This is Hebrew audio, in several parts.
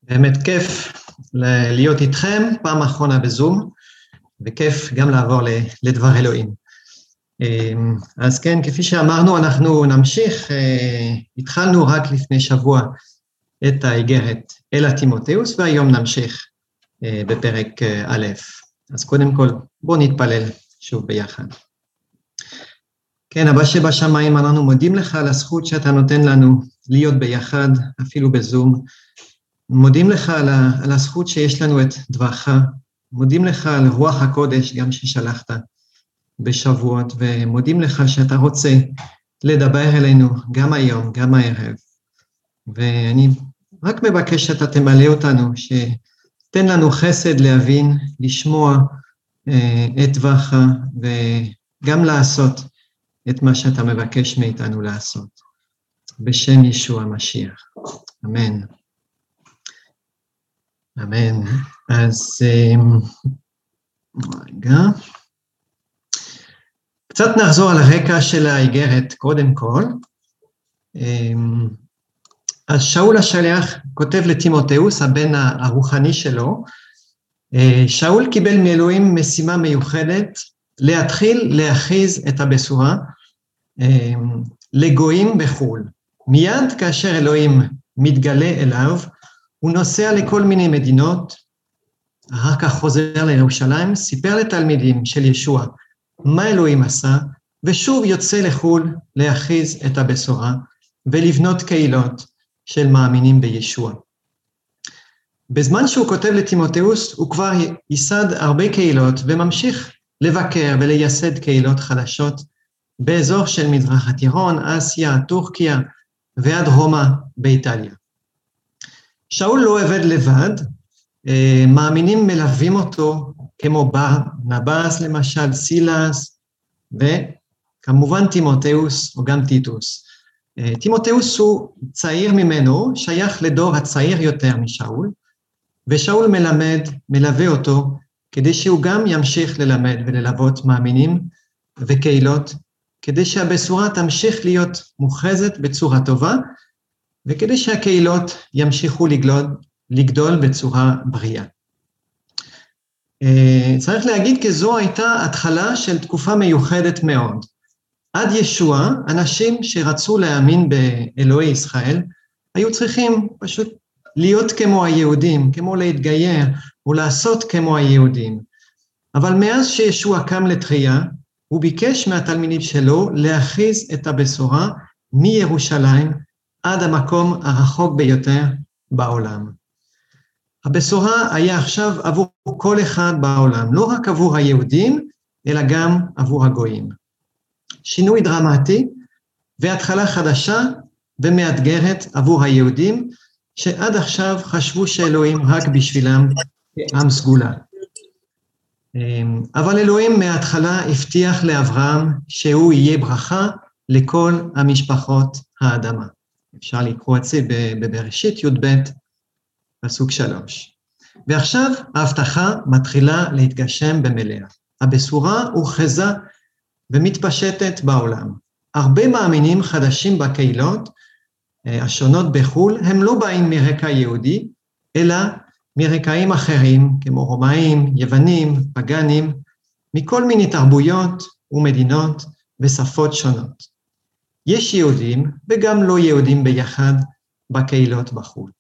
באמת כיף להיות איתכם, פעם אחרונה בזום, וכיף גם לעבור לדבר אלוהים. אז כן, כפי שאמרנו, אנחנו נמשיך, התחלנו רק לפני שבוע את האיגרת אל תימותאוס, והיום נמשיך בפרק א'. אז קודם כל, בואו נתפלל שוב ביחד. כן, אבא שבשמיים, אנחנו מודים לך על הזכות שאתה נותן לנו להיות ביחד, אפילו בזום. מודים לך על הזכות שיש לנו את דברך, מודים לך על רוח הקודש גם ששלחת בשבועות, ומודים לך שאתה רוצה לדבר אלינו גם היום, גם הערב. ואני רק מבקש שאתה תמלא אותנו, שתן לנו חסד להבין, לשמוע את דברך, וגם לעשות את מה שאתה מבקש מאיתנו לעשות. בשם ישוע המשיח. אמן. אמן. אז רגע. קצת נחזור על הרקע של האיגרת קודם כל. אז שאול השליח כותב לתימותאוס, הבן הרוחני שלו, שאול קיבל מאלוהים משימה מיוחדת, להתחיל להכריז את הבשורה לגויים בחו"ל. מיד כאשר אלוהים מתגלה אליו, הוא נוסע לכל מיני מדינות, אחר כך חוזר לירושלים, סיפר לתלמידים של ישוע מה אלוהים עשה, ושוב יוצא לחו"ל להכריז את הבשורה, ולבנות קהילות של מאמינים בישוע. בזמן שהוא כותב לתימותאוס, הוא כבר ייסד הרבה קהילות, וממשיך לבקר ולייסד קהילות חדשות, באזור של מזרח התיכון, אסיה, טורקיה, ועד רומא באיטליה. שאול לא עובד לבד, מאמינים מלווים אותו, כמו ברנבאס למשל, סילס, וכמובן תימותאוס או גם טיטוס. תימותאוס הוא צעיר ממנו, שייך לדור הצעיר יותר משאול, ושאול מלווה אותו, כדי שהוא גם ימשיך ללמד וללוות מאמינים וקהילות, כדי שהבשורה תמשיך להיות מוכרזת בצורה טובה, וכדי שהקהילות ימשיכו לגדול בצורה בריאה. צריך להגיד כי זו הייתה התחלה של תקופה מיוחדת מאוד. עד ישוע, אנשים שרצו להאמין באלוהי ישראל, היו צריכים פשוט להיות כמו היהודים, כמו להתגייר, ולעשות כמו היהודים. אבל מאז שישוע קם לתחייה, הוא ביקש מהתלמידים שלו להכריז את הבשורה מירושלים עד המקום הרחוק ביותר בעולם. הבשורה היה עכשיו עבור כל אחד בעולם, לא רק עבור היהודים, אלא גם עבור הגויים. שינוי דרמטי והתחלה חדשה ומאתגרת עבור היהודים, שעד עכשיו חשבו שאלוהים רק בשבילם עם סגולה. אבל אלוהים מההתחלה הבטיח לאברהם שהוא יהיה ברכה לכל המשפחות האדמה. אפשר לקרוא את זה בבראשית י"ב, פסוק 3. ועכשיו ההבטחה מתחילה להתגשם במלאה. הבשורה הוכרזה ומתפשטת בעולם. הרבה מאמינים חדשים בקהילות השונות בחו"ל, הם לא באים מרקע יהודי, אלא מרקעים אחרים, כמו רומאים, יוונים, פגנים, מכל מיני תרבויות ומדינות ושפות שונות. יש יהודים וגם לא יהודים ביחד בקהילות בחו"ל.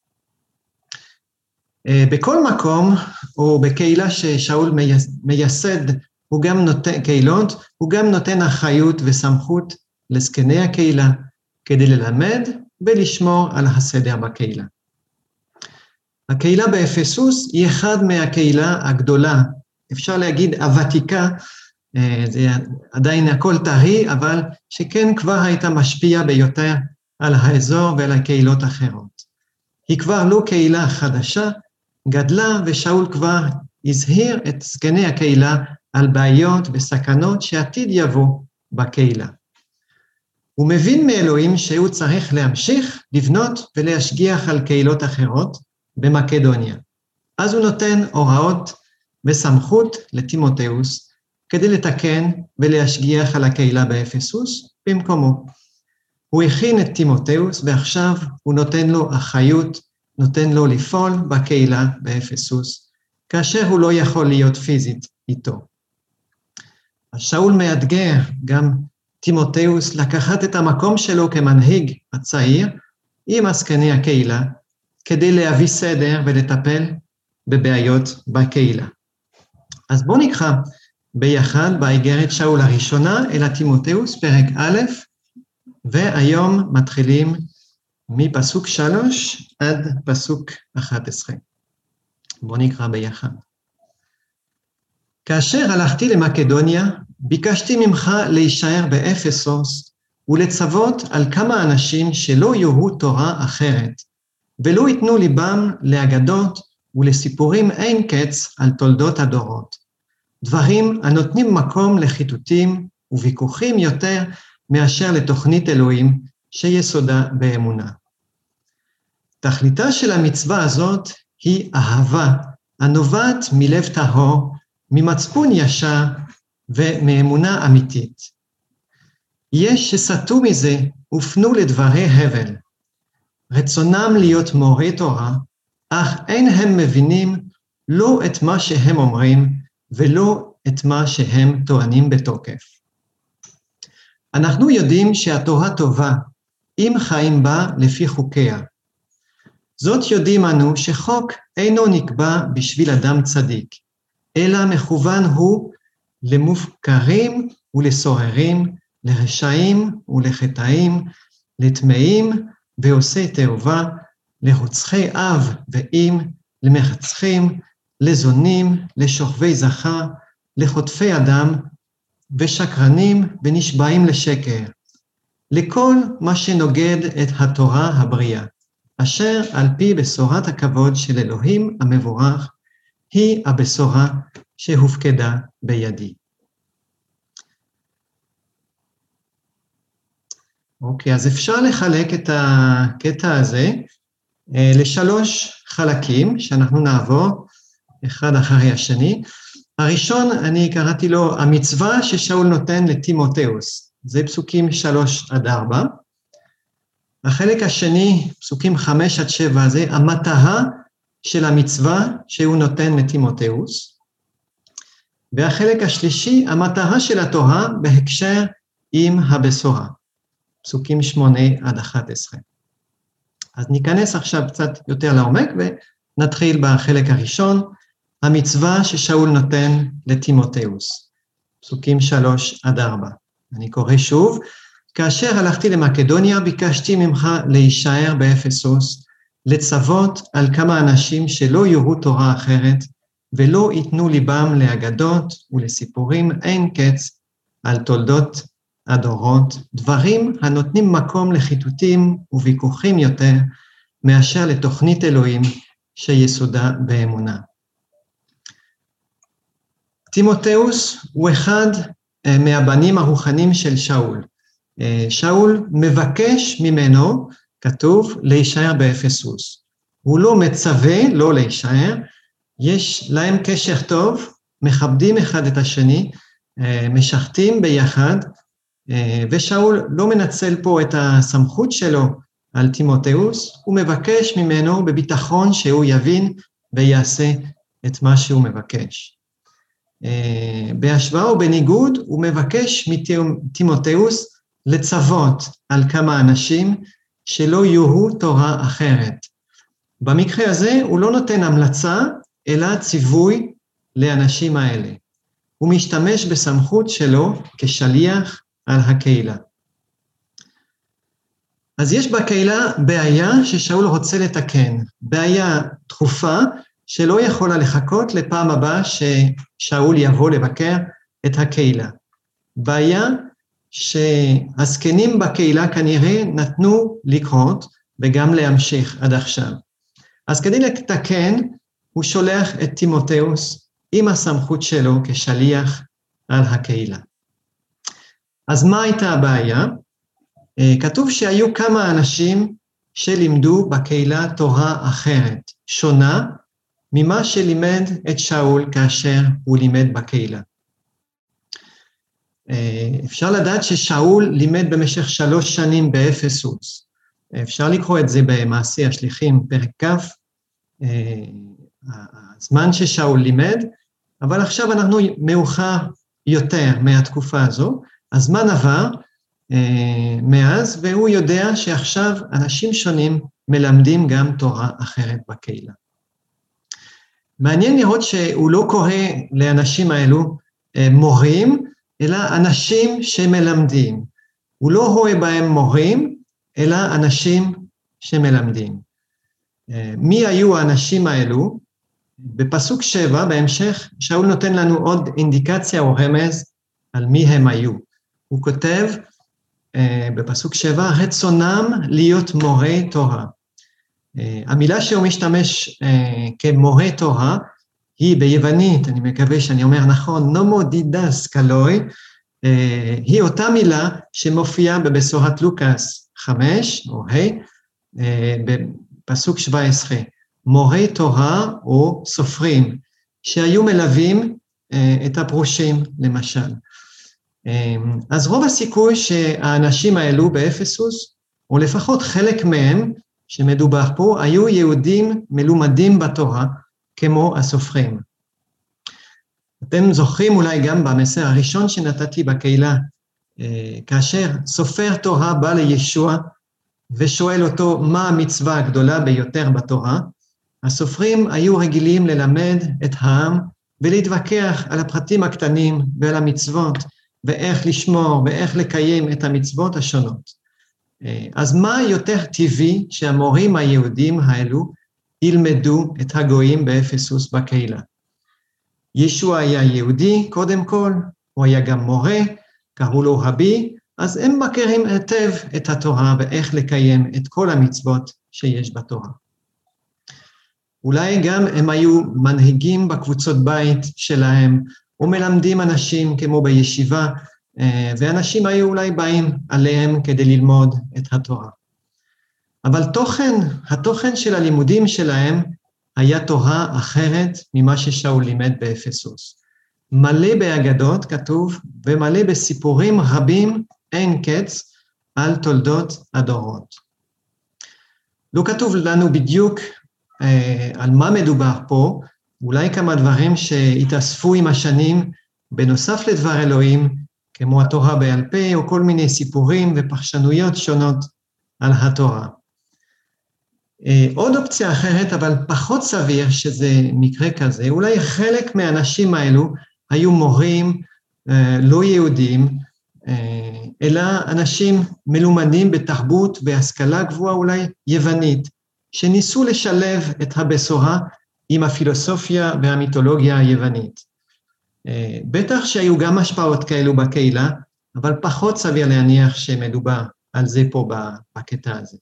בכל מקום, או בקהילה ששאול מייסד, הוא גם נותן קהילות, הוא גם נותן אחריות וסמכות לזקני הקהילה, כדי ללמד ולשמור על הסדר בקהילה. הקהילה באפסוס היא אחד מהקהילה הגדולה, אפשר להגיד הוותיקה, זה עדיין הכל טרי, אבל שכן כבר הייתה משפיעה ביותר על האזור ועל הקהילות אחרות. היא כבר לא קהילה חדשה, גדלה ושאול כבר הזהיר את זקני הקהילה על בעיות וסכנות שעתיד יבוא בקהילה. הוא מבין מאלוהים שהוא צריך להמשיך לבנות ולהשגיח על קהילות אחרות במקדוניה. אז הוא נותן הוראות וסמכות לתימותאוס כדי לתקן ולהשגיח על הקהילה באפסוס במקומו. הוא הכין את תימותאוס ועכשיו הוא נותן לו אחריות נותן לו לפעול בקהילה באפסוס, כאשר הוא לא יכול להיות פיזית איתו. אז שאול מאתגר גם תימותאוס לקחת את המקום שלו כמנהיג הצעיר עם עסקני הקהילה, כדי להביא סדר ולטפל בבעיות בקהילה. אז בואו נקרא ביחד באיגרת שאול הראשונה אל תימותאוס, פרק א', והיום מתחילים מפסוק 3 עד פסוק 11. בואו נקרא ביחד. כאשר הלכתי למקדוניה, ביקשתי ממך להישאר באפסוס ולצוות על כמה אנשים שלא יראו תורה אחרת, ולא ייתנו ליבם לאגדות ולסיפורים אין קץ על תולדות הדורות, דברים הנותנים מקום לחיטוטים וויכוחים יותר מאשר לתוכנית אלוהים שיסודה באמונה. תכליתה של המצווה הזאת היא אהבה הנובעת מלב טהור, ממצפון ישר ומאמונה אמיתית. יש שסטו מזה ופנו לדברי הבל. רצונם להיות מורי תורה, אך אין הם מבינים לא את מה שהם אומרים ולא את מה שהם טוענים בתוקף. אנחנו יודעים שהתורה טובה, אם חיים בה לפי חוקיה. זאת יודעים אנו שחוק אינו נקבע בשביל אדם צדיק, אלא מכוון הוא למופקרים ולסוררים, לרשעים ולחטאים, לטמאים ועושי תאווה, לרוצחי אב ואם, למחצחים, לזונים, לשוכבי זכר, לחוטפי אדם, ושקרנים ונשבעים לשקר, לכל מה שנוגד את התורה הבריאה, אשר על פי בשורת הכבוד של אלוהים המבורך, היא הבשורה שהופקדה בידי. אוקיי, אז אפשר לחלק את הקטע הזה לשלוש חלקים שאנחנו נעבור אחד אחרי השני. הראשון, אני קראתי לו המצווה ששאול נותן לתימותאוס, זה פסוקים 3 עד 4. החלק השני, פסוקים 5 עד 7, זה המטרה של המצווה שהוא נותן לתימותאוס. והחלק השלישי, המטרה של התורה בהקשר עם הבשורה, פסוקים 8 עד 11. אז ניכנס עכשיו קצת יותר לעומק ונתחיל בחלק הראשון, המצווה ששאול נותן לתימותאוס, פסוקים 3 עד 4. אני קורא שוב, כאשר הלכתי למקדוניה ביקשתי ממך להישאר באפסוס, לצוות על כמה אנשים שלא יראו תורה אחרת, ולא ייתנו ליבם לאגדות ולסיפורים אין קץ על תולדות הדורות, דברים הנותנים מקום לחיטוטים וויכוחים יותר, מאשר לתוכנית אלוהים שיסודה באמונה. תימותאוס הוא אחד מהבנים הרוחניים של שאול. שאול מבקש ממנו, כתוב, להישאר באפסוס. הוא לא מצווה לא להישאר, יש להם קשר טוב, מכבדים אחד את השני, משחטים ביחד, ושאול לא מנצל פה את הסמכות שלו על תימותאוס, הוא מבקש ממנו בביטחון שהוא יבין ויעשה את מה שהוא מבקש. בהשוואה ובניגוד, הוא מבקש מתימותאוס לצוות על כמה אנשים שלא יראו תורה אחרת. במקרה הזה הוא לא נותן המלצה, אלא ציווי לאנשים האלה. הוא משתמש בסמכות שלו כשליח על הקהילה. אז יש בקהילה בעיה ששאול רוצה לתקן, בעיה דחופה שלא יכולה לחכות לפעם הבאה ששאול יבוא לבקר את הקהילה. בעיה שהזקנים בקהילה כנראה נתנו לקרות וגם להמשיך עד עכשיו. אז כדי לתקן, הוא שולח את תימותאוס עם הסמכות שלו כשליח על הקהילה. אז מה הייתה הבעיה? כתוב שהיו כמה אנשים שלימדו בקהילה תורה אחרת, שונה ממה שלימד את שאול כאשר הוא לימד בקהילה. אפשר לדעת ששאול לימד במשך 3 שנים באפסוס, אפשר לקרוא את זה במעשי השליחים, פרק כ', הזמן ששאול לימד, אבל עכשיו אנחנו מאוחר יותר מהתקופה הזו, הזמן עבר מאז, והוא יודע שעכשיו אנשים שונים מלמדים גם תורה אחרת בקהילה. מעניין לראות שהוא לא קורא לאנשים האלו מורים, אלא אנשים שמלמדים. הוא לא רואה בהם מורים, אלא אנשים שמלמדים. מי היו האנשים האלו? בפסוק 7, בהמשך, שאול נותן לנו עוד אינדיקציה או רמז על מי הם היו. הוא כותב בפסוק 7, רצונם להיות מורי תורה. המילה שהוא משתמש כמורה תורה, היא ביוונית, אני מקווה שאני אומר נכון, נומודידסקלוי, היא אותה מילה שמופיעה בבשורת לוקאס 5, או בפסוק 17, מורי תורה או סופרים, שהיו מלווים את הפרושים, למשל. אז רוב הסיכוי שהאנשים האלו באפסוס, או לפחות חלק מהם שמדובר פה, היו יהודים מלומדים בתורה, כמו הסופרים. אתם זוכרים אולי גם במסר הראשון שנתתי בקהילה, כאשר סופר תורה בא לישוע ושואל אותו מה המצווה הגדולה ביותר בתורה, הסופרים היו רגילים ללמד את העם ולהתווכח על הפרטים הקטנים ועל המצוות ואיך לשמור ואיך לקיים את המצוות השונות. אז מה יותר טבעי שהמורים היהודים האלו ילמדו את הגויים באפסוס בקהילה? ישוע היה יהודי קודם כל, הוא היה גם מורה, קראו לו רבי, אז הם מכירים היטב את התורה ואיך לקיים את כל המצוות שיש בתורה. אולי גם הם היו מנהיגים בקבוצות בית שלהם, ומלמדים אנשים כמו בישיבה, ואנשים היו אולי באים עליהם כדי ללמוד את התורה. אבל התוכן של הלימודים שלהם היה תורה אחרת ממה ששאול לימד באפסוס. מלא באגדות כתוב, ומלא בסיפורים רבים אין קץ על תולדות הדורות. לא כתוב לנו בדיוק על מה מדובר פה, אולי כמה דברים שהתאספו עם השנים, בנוסף לדבר אלוהים, כמו התורה בעל פה, או כל מיני סיפורים ופרשנויות שונות על התורה. עוד אופציה אחרת, אבל פחות סביר שזה מקרה כזה, אולי חלק מהאנשים האלו היו מורים לא יהודים, אלא אנשים מלומדים בתרבות, בהשכלה גבוהה אולי יוונית, שניסו לשלב את הבשורה עם הפילוסופיה והמיתולוגיה היוונית. בטח שהיו גם השפעות כאלו בקהילה, אבל פחות סביר להניח שמדובר על זה פה בקטע הזה.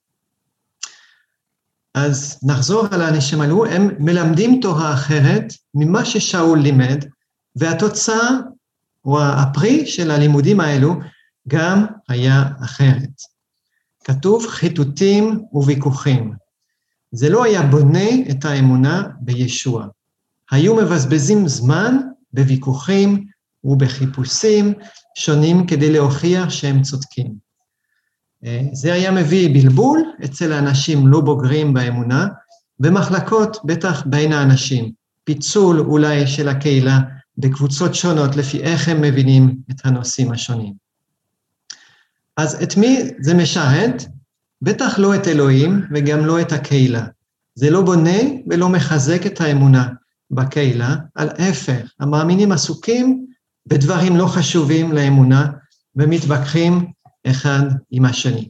אז נחזור על האנשים האלו, הם מלמדים תורה אחרת ממה ששאול לימד, והתוצאה או הפרי של הלימודים האלו גם היה אחרת. כתוב חיטוטים וויכוחים. זה לא היה בונה את האמונה בישוע. היו מבזבזים זמן בוויכוחים ובחיפושים שונים כדי להוכיח שהם צודקים. זה היה מביא בלבול אצל האנשים לא בוגרים באמונה, במחלקות בטח בין האנשים, פיצול אולי של הקהילה בקבוצות שונות לפי איך הם מבינים את הנושאים השונים. אז את מי זה משרת? בטח לא את אלוהים וגם לא את הקהילה. זה לא בונה ולא מחזק את האמונה בקהילה, על ההפך, המאמינים עסוקים בדברים לא חשובים לאמונה ומתווכחים אחד עם השני.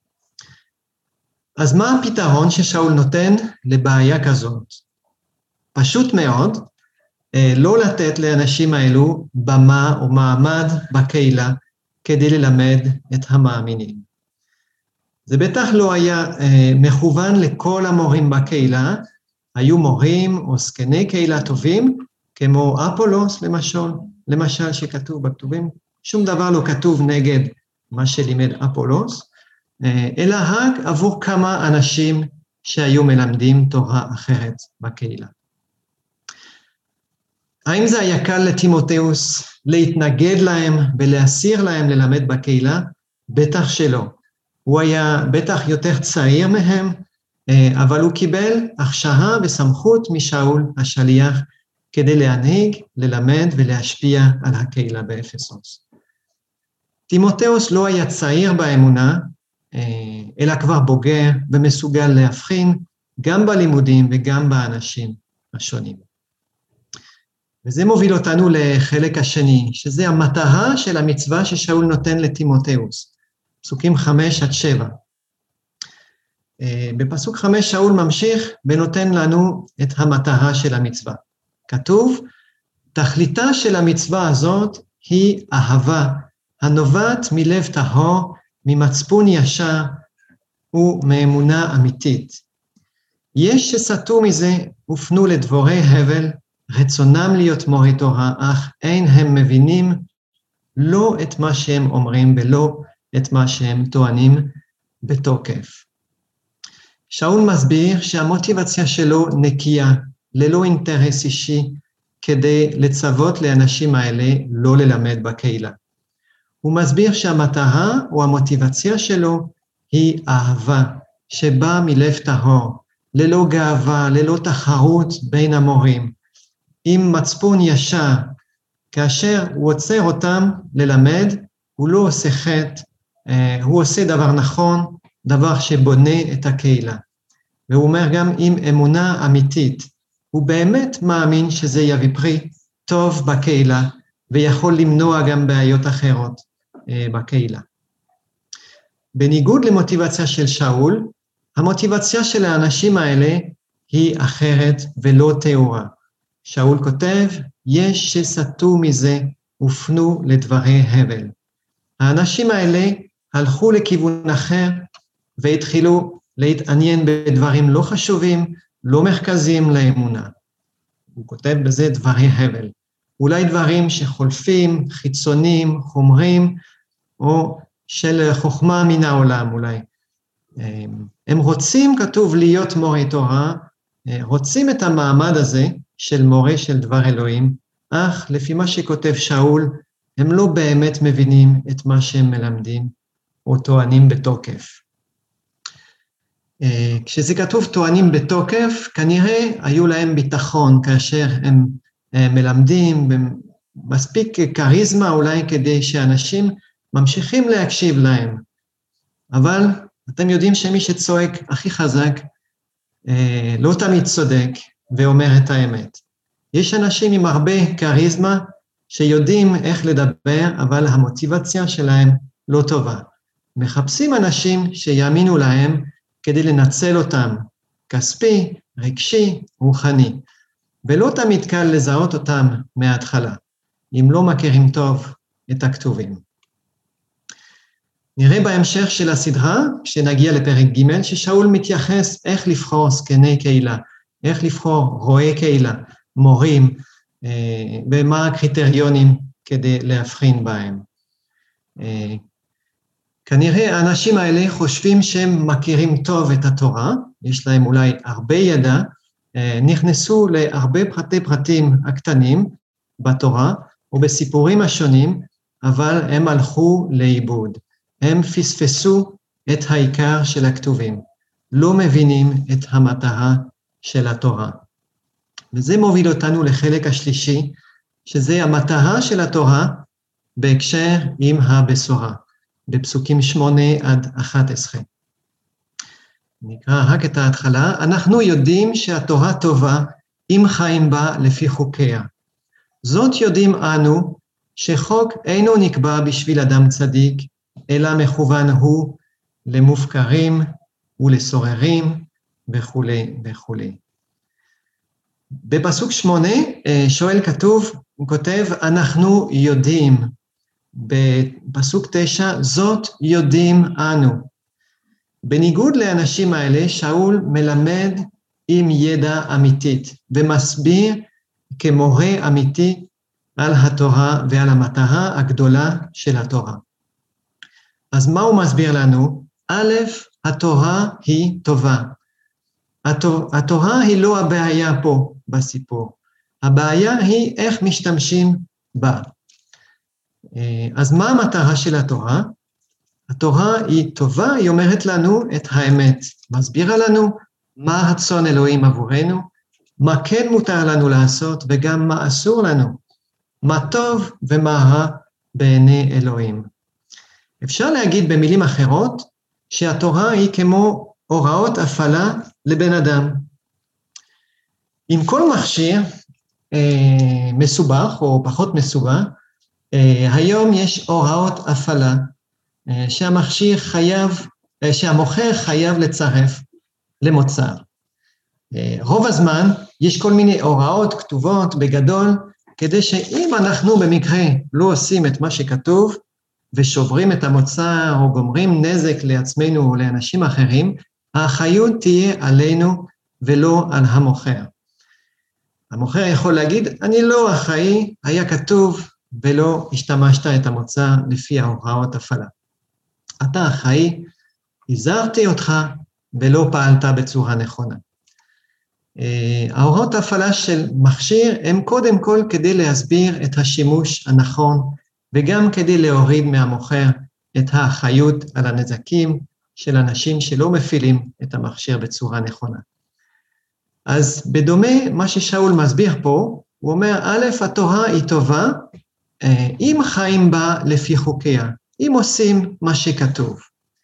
אז מה הפתרון ששאול נותן לבעיה כזאת? פשוט מאוד, לא לתת לאנשים האלו במה או מעמד בקהילה כדי ללמד את המאמינים. זה בטח לא היה מכוון לכל המורים בקהילה, היו מורים או סגני קהילה טובים, כמו אפולוס למשל שכתוב בכתובים, שום דבר לא כתוב נגד מה שלימד אפולוס, אלא רק עבור כמה אנשים שהיו מלמדים תורה אחרת בקהילה. האם זה היה קל לטימותאוס להתנגד להם ולהסיר להם ללמד בקהילה? בטח שלא. הוא היה בטח יותר צעיר מהם, אבל הוא קיבל הכשרה וסמכות משאול השליח כדי להנהיג, ללמד ולהשפיע על הקהילה באפסוס. תימותאוס לא היה צעיר באמונה, אלא כבר בוגר ומסוגל להבחין גם בלימודים וגם באנשים השונים. וזה מוביל אותנו לחלק השני, שזה המטרה של המצווה ששאול נותן לתימותאוס, פסוקים 5-7. בפסוק 5 שאול ממשיך ונותן לנו את המטרה של המצווה. כתוב, תכליתה של המצווה הזאת היא אהבה, הנובעת מלב טהור, ממצפון ישר ומאמונה אמיתית. יש שסטו מזה ופנו לדבורי הבל, רצונם להיות מורי תורה, אך אין הם מבינים לא את מה שהם אומרים ולא את מה שהם טוענים בתוקף. שאול מסביר שהמוטיבציה שלו נקייה, ללא אינטרס אישי, כדי לצוות לאנשים האלה לא ללמד בקהילה. הוא מסביר שהמטרה או המוטיבציה שלו היא אהבה, שבאה מלב טהור, ללא גאווה, ללא תחרות בין המורים, עם מצפון ישר, כאשר הוא עוצר אותם ללמד, הוא לא עושה חטא, הוא עושה דבר נכון, דבר שבונה את הקהילה. והוא אומר גם עם אמונה אמיתית, הוא באמת מאמין שזה יביא פרי טוב בקהילה, ויכול למנוע גם בעיות אחרות בקהילה. בניגוד למוטיבציה של שאול, המוטיבציה של האנשים האלה היא אחרת ולא טהורה. שאול כותב, יש שסטו מזה ופנו לדברי הבל. האנשים האלה הלכו לכיוון אחר והתחילו להתעניין בדברים לא חשובים, לא מרכזיים לאמונה. הוא כותב בזה דברי הבל. אולי דברים שחולפים, חיצוניים, חומרים, או של חוכמה מן העולם אולי. הם רוצים, כתוב, להיות מורי תורה, רוצים את המעמד הזה של מורה של דבר אלוהים, אך לפי מה שכותב שאול, הם לא באמת מבינים את מה שהם מלמדים, או טוענים בתוקף. כשזה כתוב טוענים בתוקף, כנראה היו להם ביטחון כאשר הם מלמדים, מספיק כריזמה אולי כדי שאנשים ממשיכים להקשיב להם. אבל אתם יודעים שמי שצועק הכי חזק לא תמיד צודק ואומר את האמת. יש אנשים עם הרבה כריזמה שיודעים איך לדבר, אבל המוטיבציה שלהם לא טובה. מחפשים אנשים שיאמינו להם כדי לנצל אותם, כספי, רגשי, רוחני, ולא תמיד קל לזהות אותם מההתחלה, אם לא מכירים טוב את הכתובים. נראה בהמשך של הסדרה, כשנגיע לפרק ג', ששאול מתייחס איך לבחור זקני קהילה, איך לבחור רואי קהילה, מורים, ומה הקריטריונים כדי להבחין בהם. כנראה האנשים האלה חושבים שהם מכירים טוב את התורה, יש להם אולי הרבה ידע, נכנסו להרבה פרטים הקטנים בתורה ובסיפורים השונים, אבל הם הלכו לאיבוד. הם פספסו את העיקר של הכתובים, לא מבינים את המטרה של התורה. וזה מוביל אותנו לחלק השלישי, שזה המטרה של התורה בהקשר עם הבשורה, בפסוקים 8-11. נקרא רק את ההתחלה, אנחנו יודעים שהתורה טובה אם חיים בה לפי חוקיה. זאת יודעים אנו שחוק אינו נקבע בשביל אדם צדיק, אלא מכוון הוא למופקרים ולסוררים וכו' וכו'. בפסוק 8 שואל כתוב, הוא כותב, אנחנו יודעים. בפסוק 9, זאת יודעים אנו. בניגוד לאנשים האלה, שאול מלמד עם ידע אמיתית, ומסביר כמורה אמיתי על התורה ועל המטרה הגדולה של התורה. אז מה הוא מסביר לנו? א', התורה היא טובה. התורה היא לא הבעיה פה בסיפור. הבעיה היא איך משתמשים בה. אז מה המטרה של התורה? התורה היא טובה, היא אומרת לנו את האמת, מסבירה לנו מה רצון אלוהים עבורנו, מה כן מותר לנו לעשות וגם מה אסור לנו, מה טוב ומה רע בעיני אלוהים. אפשר להגיד במילים אחרות שהתורה היא כמו הוראות הפעלה לבן אדם. עם כל מכשיר מסובך או פחות מסובך, היום יש הוראות הפעלה שהמוכר חייב לצרף למוצר. רוב הזמן יש כל מיני הוראות כתובות בגדול, כדי שאם אנחנו במקרה לא עושים את מה שכתוב, ושוברים את המוצר או גומרים נזק לעצמנו או לאנשים אחרים, האחריות תהיה עלינו ולא על המוכר. המוכר יכול להגיד, אני לא אחראי, היה כתוב ולא השתמשת את המוצר לפי ההוראות הפעלה. אתה אחראי, הזהרתי אותך ולא פעלת בצורה נכונה. ההוראות ההפעלה של מכשיר הם קודם כל כדי להסביר את השימוש הנכון, וגם כדי להוריד מהמוכר את האחריות על הנזקים של אנשים שלא מפעילים את המכשיר בצורה נכונה. אז בדומה מה ששאול מסביר פה, הוא אומר, א', התורה היא טובה, אם חיים בה לפי חוקיה, אם עושים מה שכתוב.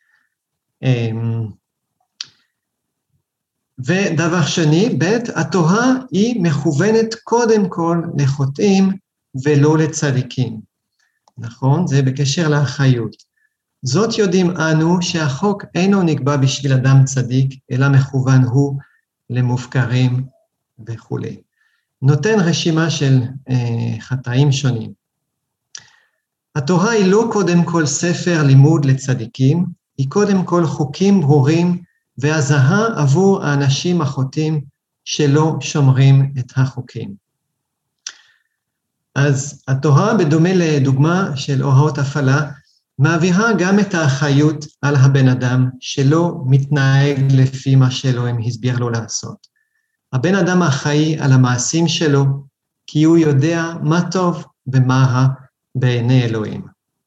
ודבר שני, ב', התורה היא מכוונת קודם כל לחוטאים ולא לצדיקים. נכון? זה בקשר לאחריות. זאת יודעים אנו שהחוק אינו נקבע בשביל אדם צדיק, אלא מכוון הוא למופקרים וכו'. נותן רשימה של חטאים שונים. התורה היא לא קודם כל ספר לימוד לצדיקים, היא קודם כל חוקים ברורים והזהה עבור האנשים החוטאים שלא שומרים את החוקים. אז התורה, בדומה לדוגמה של הוראות הפעלה, מעבירה גם את האחריות על הבן אדם שלא מתנהג לפי מה שאלוהים הסביר לו לעשות. הבן אדם אחראי על המעשים שלו, כי הוא יודע מה טוב ומה רע בעיני אלוהים.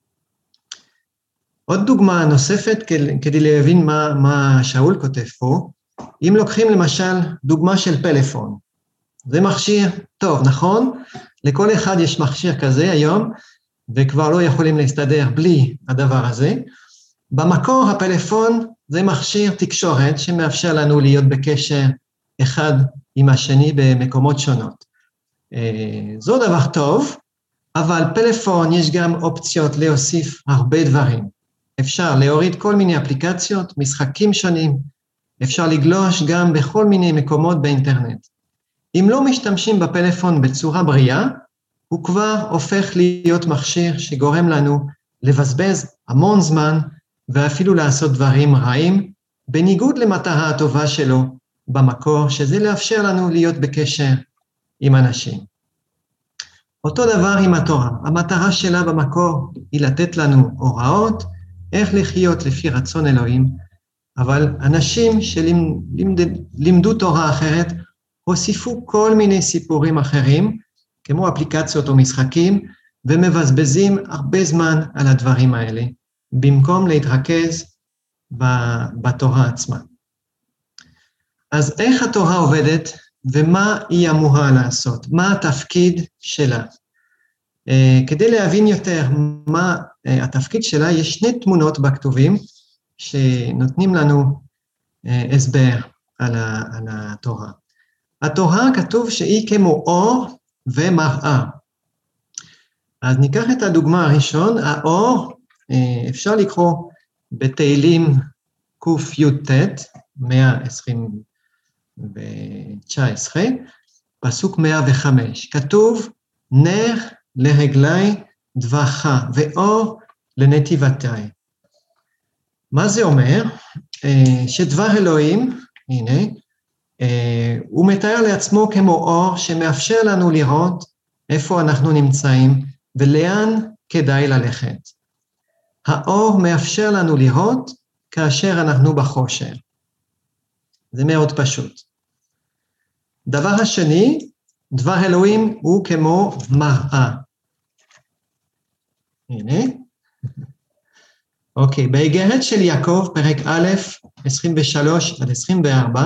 עוד דוגמה נוספת כדי להבין מה שאול כותב פה, אם לוקחים למשל דוגמה של פלאפון, זה מכשיר טוב, נכון? לכל אחד יש מכשיר כזה היום, וכבר לא יכולים להסתדר בלי הדבר הזה. במקור הפלאפון זה מכשיר תקשורת שמאפשר לנו להיות בקשר אחד עם השני במקומות שונות. זו דבר טוב, אבל פלאפון יש גם אופציות להוסיף הרבה דברים. אפשר להוריד כל מיני אפליקציות, משחקים שונים, אפשר לגלוש גם בכל מיני מקומות באינטרנט. אם לא משתמשים בפלאפון בצורה בריאה, הוא כבר הופך להיות מכשיר שגורם לנו לבזבז המון זמן, ואפילו לעשות דברים רעים, בניגוד למטרה הטובה שלו במקור, שזה לאפשר לנו להיות בקשר עם אנשים. אותו דבר עם התורה, המטרה שלה במקור היא לתת לנו הוראות, איך לחיות לפי רצון אלוהים, אבל אנשים שלימדו תורה אחרת, הוסיפו כל מיני סיפורים אחרים, כמו אפליקציות או משחקים, ומבזבזים הרבה זמן על הדברים האלה, במקום להתרכז בתורה עצמה. אז איך התורה עובדת, ומה היא אמורה לעשות? מה התפקיד שלה? כדי להבין יותר מה התפקיד שלה, יש שני תמונות בכתובים, שנותנים לנו הסבר על התורה. התורה כתוב שהיא כמו אור ומראה. אז ניקח את הדוגמה הראשון, האור, אפשר לקרוא בתהילים קי"ט, 119, פסוק 105, כתוב, נר לרגלי דברך ואור לנתיבתי. מה זה אומר? שדבר אלוהים, הנה, הוא מתאר לעצמו כמו אור שמאפשר לנו לראות איפה אנחנו נמצאים ולאן כדאי ללכת. האור מאפשר לנו לראות כאשר אנחנו בחושך. זה מאוד פשוט. דבר השני, דבר אלוהים הוא כמו מראה. הנה. אוקיי, באיגרת של יעקב, פרק א', 23 עד 24,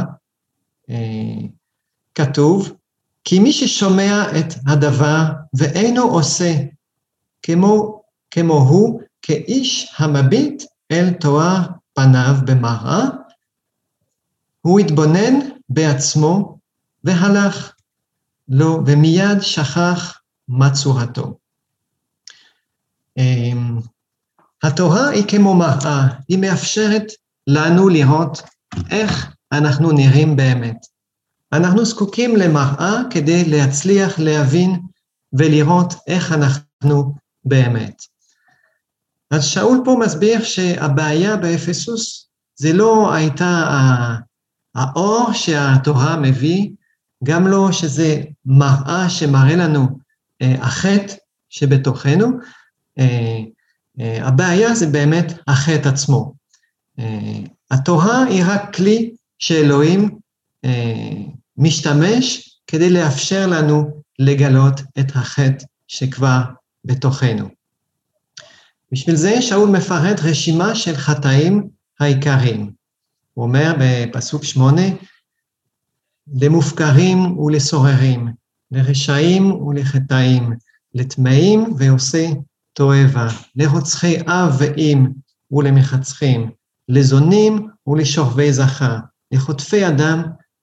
כתוב, כי מי ששומע את הדבר ואינו עושה, כמו הוא, כאיש המביט אל תואר פניו במראה, הוא התבונן בעצמו והלך לו, ומיד שכח מה צורתו. התורה היא כמו מראה, היא מאפשרת לנו לראות איך אנחנו נראים באמת. אנחנו זקוקים למראה כדי להצליח להבין ולראות איך אנחנו באמת. אז שאול פה מסביר שהבעיה באפסוס זה לא הייתה האור שהתורה מביא, גם לא שזה מראה שמראה לנו החטא שבתוכנו, הבעיה זה באמת החטא עצמו. התורה היא רק כלי שאלוהים משתמש כדי לאפשר לנו לגלות את החטא שכבר בתוכנו. בשביל זה שאול מפרט רשימה של חטאים העיקריים. הוא אומר בפסוק 8, למופקרים ולסוררים, לרשעים ולחטאים, לטמאים ועושי תועבה, לרוצחי אב ואם ולמחצחים, לזונים ולשוכבי זכר, לחוטפי אדם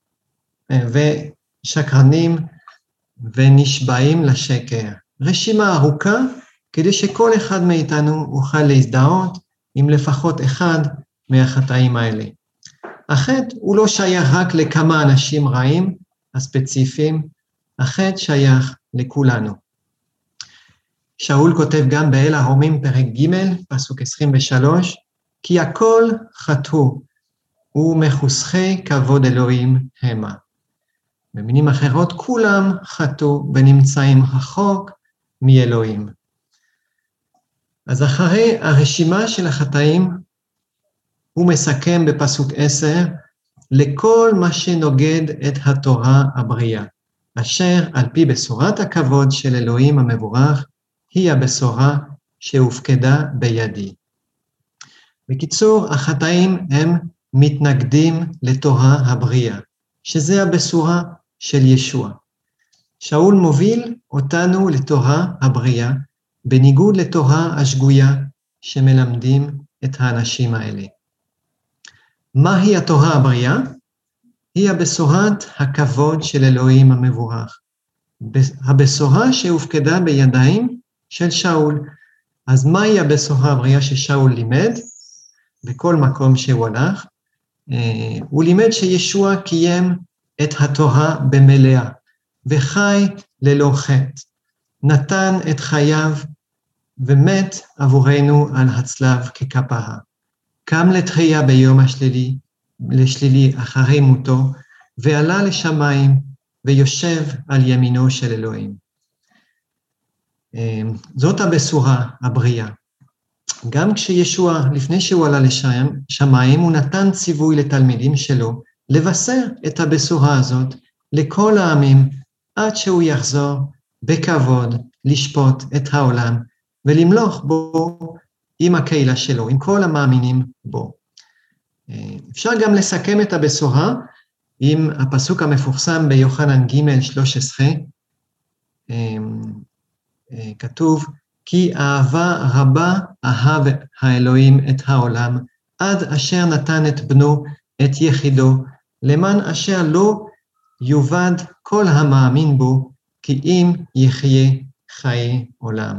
ושקרנים ונשבעים לשקר. רשימה ארוכה כדי שכל אחד מאיתנו אוכל להזדהות עם לפחות אחד מהחטאים האלה. החטא הוא לא שייך רק לכמה אנשים רעים הספציפיים, החטא שייך לכולנו. שאול כותב גם באל הרומים פרק ג' פסוק 23, כי הכל חטאו ומחוסכי כבוד אלוהים המה. במילים אחרות, כולם חטאו ונמצאים רחוק מאלוהים. אז אחרי הרשימה של החטאים, הוא מסכם בפסוק 10, לכל מה שנוגד את התורה הבריאה, אשר על פי בשורת הכבוד של אלוהים המבורך, היא הבשורה שהופקדה בידי. בקיצור, החטאים הם מתנגדים לתורה הבריאה, שזה הבשורה של ישוע. שאול מוביל אותנו לתורה הבריאה, בניגוד לתורה השגויה שמלמדים את האנשים האלה. מהי התורה הבריאה? היא הבשורת הכבוד של אלוהים המבורך. הבשורה שהופקדה בידיים של שאול. אז מהי הבשורה הבריאה ששאול לימד? בכל מקום שהוא הלך, הוא לימד שישוע קיים את התורה במלאה, וחי ללא חטא. נתן את חייו ומת עבורנו על הצלב ככפרה. קם לתחייה ביום לשלילי אחרי מותו, ועלה לשמיים ויושב על ימינו של אלוהים. זאת הבשורה הבריאה. גם כשישוע, לפני שהוא עלה לשמיים, הוא נתן ציווי לתלמידים שלו לבשר את הבשורה הזאת לכל העמים, עד שהוא יחזור בכבוד לשפוט את העולם ולמלוך בו עם הקהילה שלו, עם כל המאמינים בו. אפשר גם לסכם את הבשורה עם הפסוק המפורסם ביוחנן ג' 13, כתוב, כי אהבה רבה אהב האלוהים את העולם, עד אשר נתן את בנו, את יחידו, למען אשר לא יובד כל המאמין בו, כי אם יחיה חיי עולם.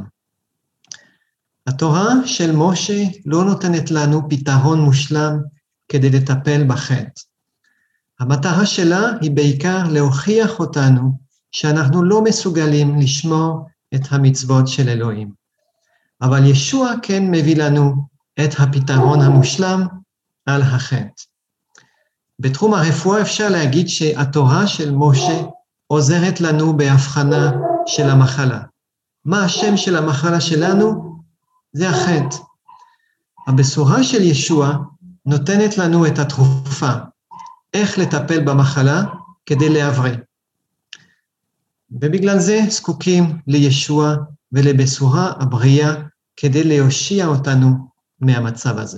התורה של משה לא נותנת לנו פתרון מושלם כדי לטפל בחטא. המטרה שלה היא בעיקר להוכיח אותנו שאנחנו לא מסוגלים לשמור את המצוות של אלוהים. אבל ישוע כן מביא לנו את הפתרון המושלם על החטא. בתחום הרפואה אפשר להגיד שהתורה של משה עוזרת לנו בהבחנה של המחלה. מה השם של המחלה שלנו? זה החטא. הבשורה של ישוע נותנת לנו את התרופה, איך לטפל במחלה כדי להבריא. ובגלל זה זקוקים לישוע ולבשורה הבריאה כדי להושיע אותנו מהמצב הזה.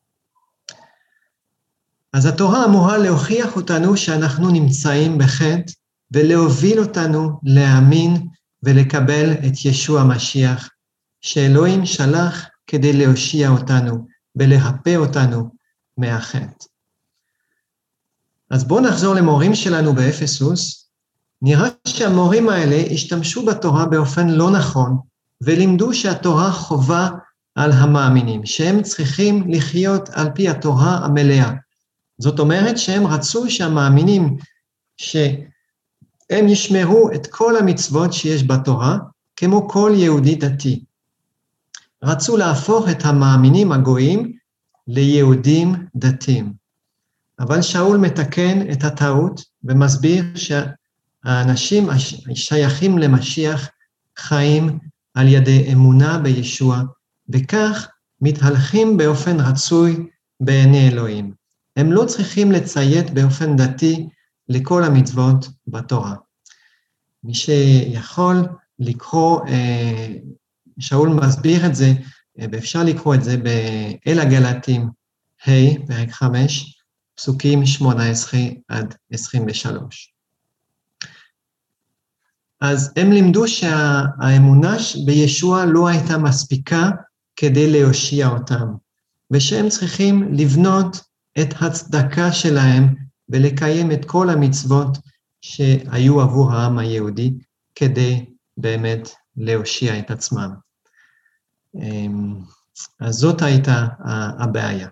אז התורה אמורה להוכיח אותנו שאנחנו נמצאים בחטא, ולהוביל אותנו להאמין ולקבל את ישוע המשיח, שאלוהים שלח כדי להושיע אותנו ולהרפא אותנו מהחטא. אז בואו נחזור למורים שלנו באפסוס. נראה שהמורים האלה השתמשו בתורה באופן לא נכון, ולימדו שהתורה חובה על המאמינים, שהם צריכים לחיות על פי התורה המלאה. זאת אומרת שהם רצו שהמאמינים שהם ישמרו את כל המצוות שיש בתורה, כמו כל יהודי דתי. רצו להפוך את המאמינים הגויים ליהודים דתיים. אבל שאול מתקן את הטעות ומסביר שהאנשים השייכים למשיח חיים על ידי אמונה בישוע, וכך מתהלכים באופן רצוי בעיני אלוהים. הם לא צריכים לציית באופן דתי לכל המצוות בתורה. מי שיכול לקרוא, שאול מסביר את זה, ואפשר לקרוא את זה באל הגלתים, פרק 5, פסוקים 18 עד 23. אז הם לימדו שהאמונה בישוע לא הייתה מספיקה כדי להושיע אותם, ושהם צריכים לבנות את הצדקה שלהם ולקיים את כל המצוות שהיו עבור העם היהודי כדי באמת להושיע את עצמם. אז זאת הייתה הבעיה.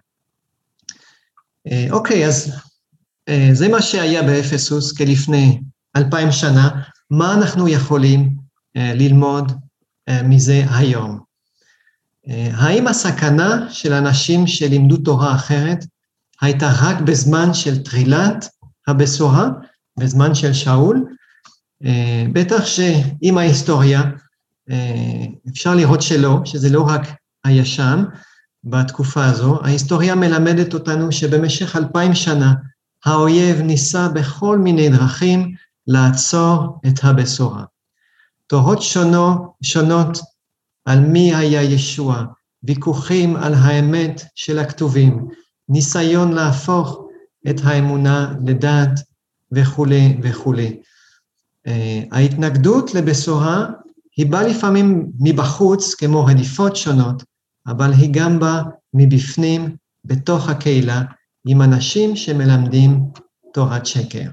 אוקיי, אז זה מה שהיה באפסוס כלפני 2000 שנה. מה אנחנו יכולים ללמוד מזה היום? האם הסכנה של אנשים שלימדו תורה אחרת הייתה רק בזמן של תחילת הבשורה, בזמן של שאול? בטח שעם ההיסטוריה אפשר לראות שלא, שזה לא רק היה שם בתקופה הזו. ההיסטוריה מלמדת אותנו שבמשך 2000 שנה האויב ניסה בכל מיני דרכים לעצור את הבשורה. תורות שונות על מי היה ישוע, ויכוחים על האמת של הכתובים, ניסיון להפוך את האמונה לדת וכו' וכו'. ההתנגדות לבשורה היא באה לפעמים מבחוץ כמו רדיפות שונות, אבל היא גם באה מבפנים בתוך הקהילה עם אנשים שמלמדים תורת שקר.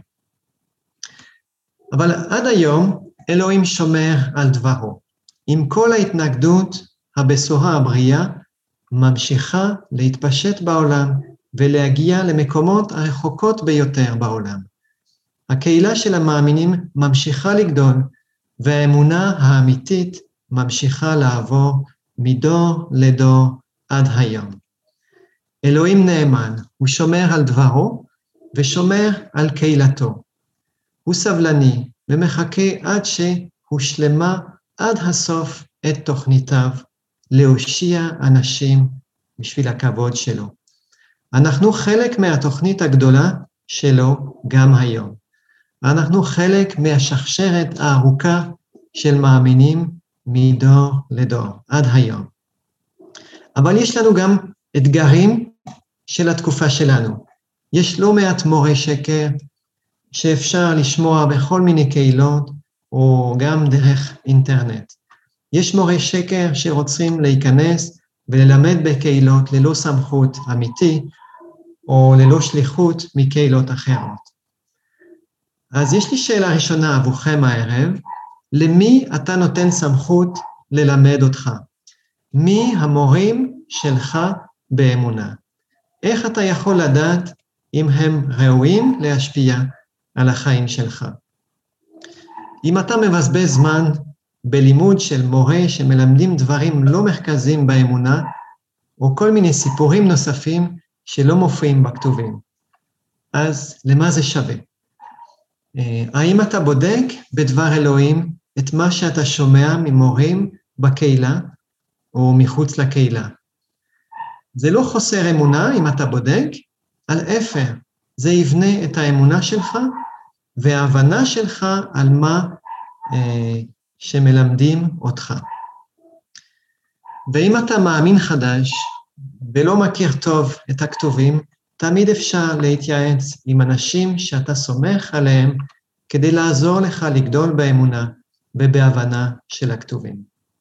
אבל עד היום אלוהים שומר על דברו. עם כל ההתנגדות, הבשורה הבריאה ממשיכה להתפשט בעולם ולהגיע למקומות הרחוקות ביותר בעולם. הקהילה של המאמינים ממשיכה לגדול, והאמונה האמיתית ממשיכה לעבור מדור לדור עד היום. אלוהים נאמן, הוא שומר על דברו ושומר על קהילתו. הוא סבלני ומחכה עד שהושלמה עד הסוף את תוכניתיו, להושיע אנשים בשביל הכבוד שלו. אנחנו חלק מהתוכנית הגדולה שלו גם היום. אנחנו חלק מהשרשרת הארוכה של מאמינים מדור לדור, עד היום. אבל יש לנו גם אתגרים של התקופה שלנו. יש לא מעט מורי שקר שאפשר לשמוע בכל מיני קהילות, או גם דרך אינטרנט. יש מורי שקר שרוצים להיכנס וללמד בקהילות ללא סמכות אמיתי, או ללא שליחות מקהילות אחרות. אז יש לי שאלה ראשונה עבורכם הערב, למי אתה נותן סמכות ללמד אותך? מי המורים שלך באמונה? איך אתה יכול לדעת אם הם ראויים להשפיע על החיים שלך? אם אתה מבזבז זמן בלימוד של מורה שמלמדים דברים לא מרכזיים באמונה, או כל מיני סיפורים נוספים שלא מופיעים בכתובים, אז למה זה שווה? האם אתה בודק בדבר אלוהים את מה שאתה שומע ממורים בקהילה או מחוץ לקהילה? זה לא חוסר אמונה אם אתה בודק, על אפר, זה יבנה את האמונה שלך וההבנה שלך על מה שמלמדים אותך. ואם אתה מאמין חדש ולא מכיר טוב את הכתובים, תמיד אפשר להתייעץ עם אנשים שאתה סומך עליהם, כדי לעזור לך לגדול באמונה ובהבנה של הכתובים.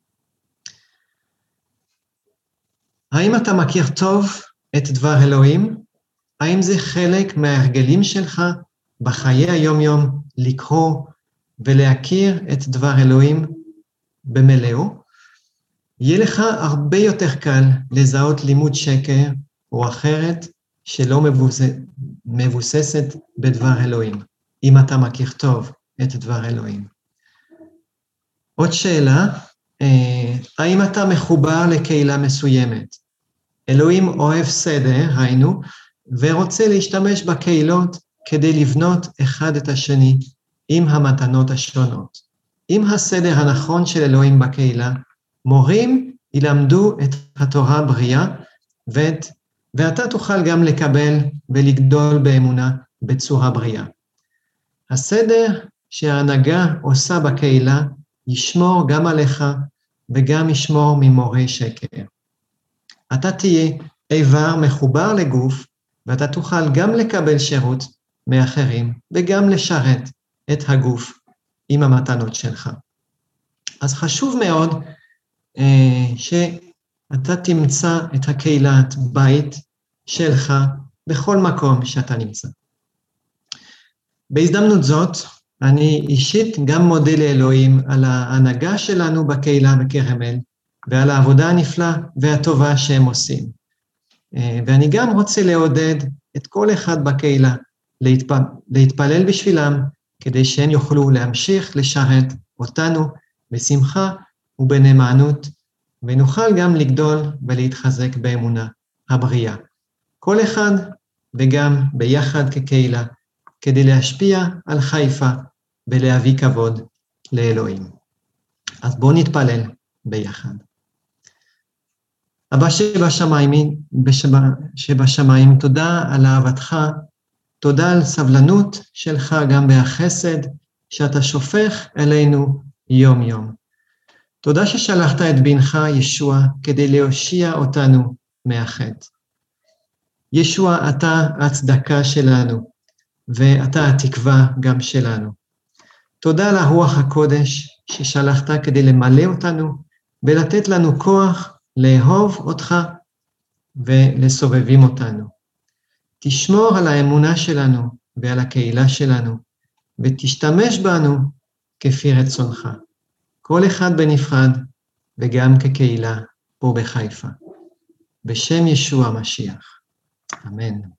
האם אתה מכיר טוב את דבר אלוהים? האם זה חלק מההרגלים שלך בחיי היום-יום לקרוא ולהכיר את דבר אלוהים במלאו? יהיה לך הרבה יותר קל לזהות לימוד שקר או אחרת שלא מבוססת בדבר אלוהים, אם אתה מכיר טוב את דבר אלוהים. עוד שאלה, האם אתה מחובר לקהילה מסוימת? אלוהים אוהב סדר, היינו, ורוצה להשתמש בקהילות כדי לבנות אחד את השני עם המתנות השונות. עם הסדר הנכון של אלוהים בקהילה, מורים ילמדו את התורה הבריאה, ואתה תוכל גם לקבל ולגדול באמונה בצורה בריאה. הסדר שההנהגה עושה בקהילה ישמור גם עליך וגם ישמור ממורי שקר. אתה תהיה איבר מחובר לגוף, ואתה תוכל גם לקבל שירות מאחרים וגם לשרת את הגוף עם המתנות שלך. אז חשוב מאוד שאתה תמצא את הקהילת בית שלך בכל מקום שאתה נמצא. בהזדמנות זאת, אני אישית גם מודה לאלוהים על ההנהגה שלנו בקהילה בכרמל, ועל העבודה הנפלאה והטובה שהם עושים. ואני גם רוצה לעודד את כל אחד בקהילה להתפלל בשבילם, כדי שהם יוכלו להמשיך לשרת אותנו בשמחה ובנאמנות, ונוכל גם לגדול ולהתחזק באמונה הבריאה. כל אחד וגם ביחד כקהילה, כדי להשפיע על חיפה ולהביא כבוד לאלוהים. אז בואו נתפלל ביחד. אבא שבשמיים, תודה על אהבתך, תודה על סבלנות שלך גם בחסד שאתה שופך אלינו יום יום. תודה ששלחת את בנך ישוע כדי להושיע אותנו מהחטא. ישוע, אתה הצדקה שלנו, ואתה התקווה גם שלנו. תודה על הרוח הקודש ששלחת כדי למלא אותנו, ולתת לנו כוח לאהוב אותך ולסובבים אותנו. תשמור על האמונה שלנו ועל הקהילה שלנו, ותשתמש בנו כפי רצונך. כל אחד בנפרד וגם כקהילה פה בחיפה. בשם ישוע המשיח. אמן.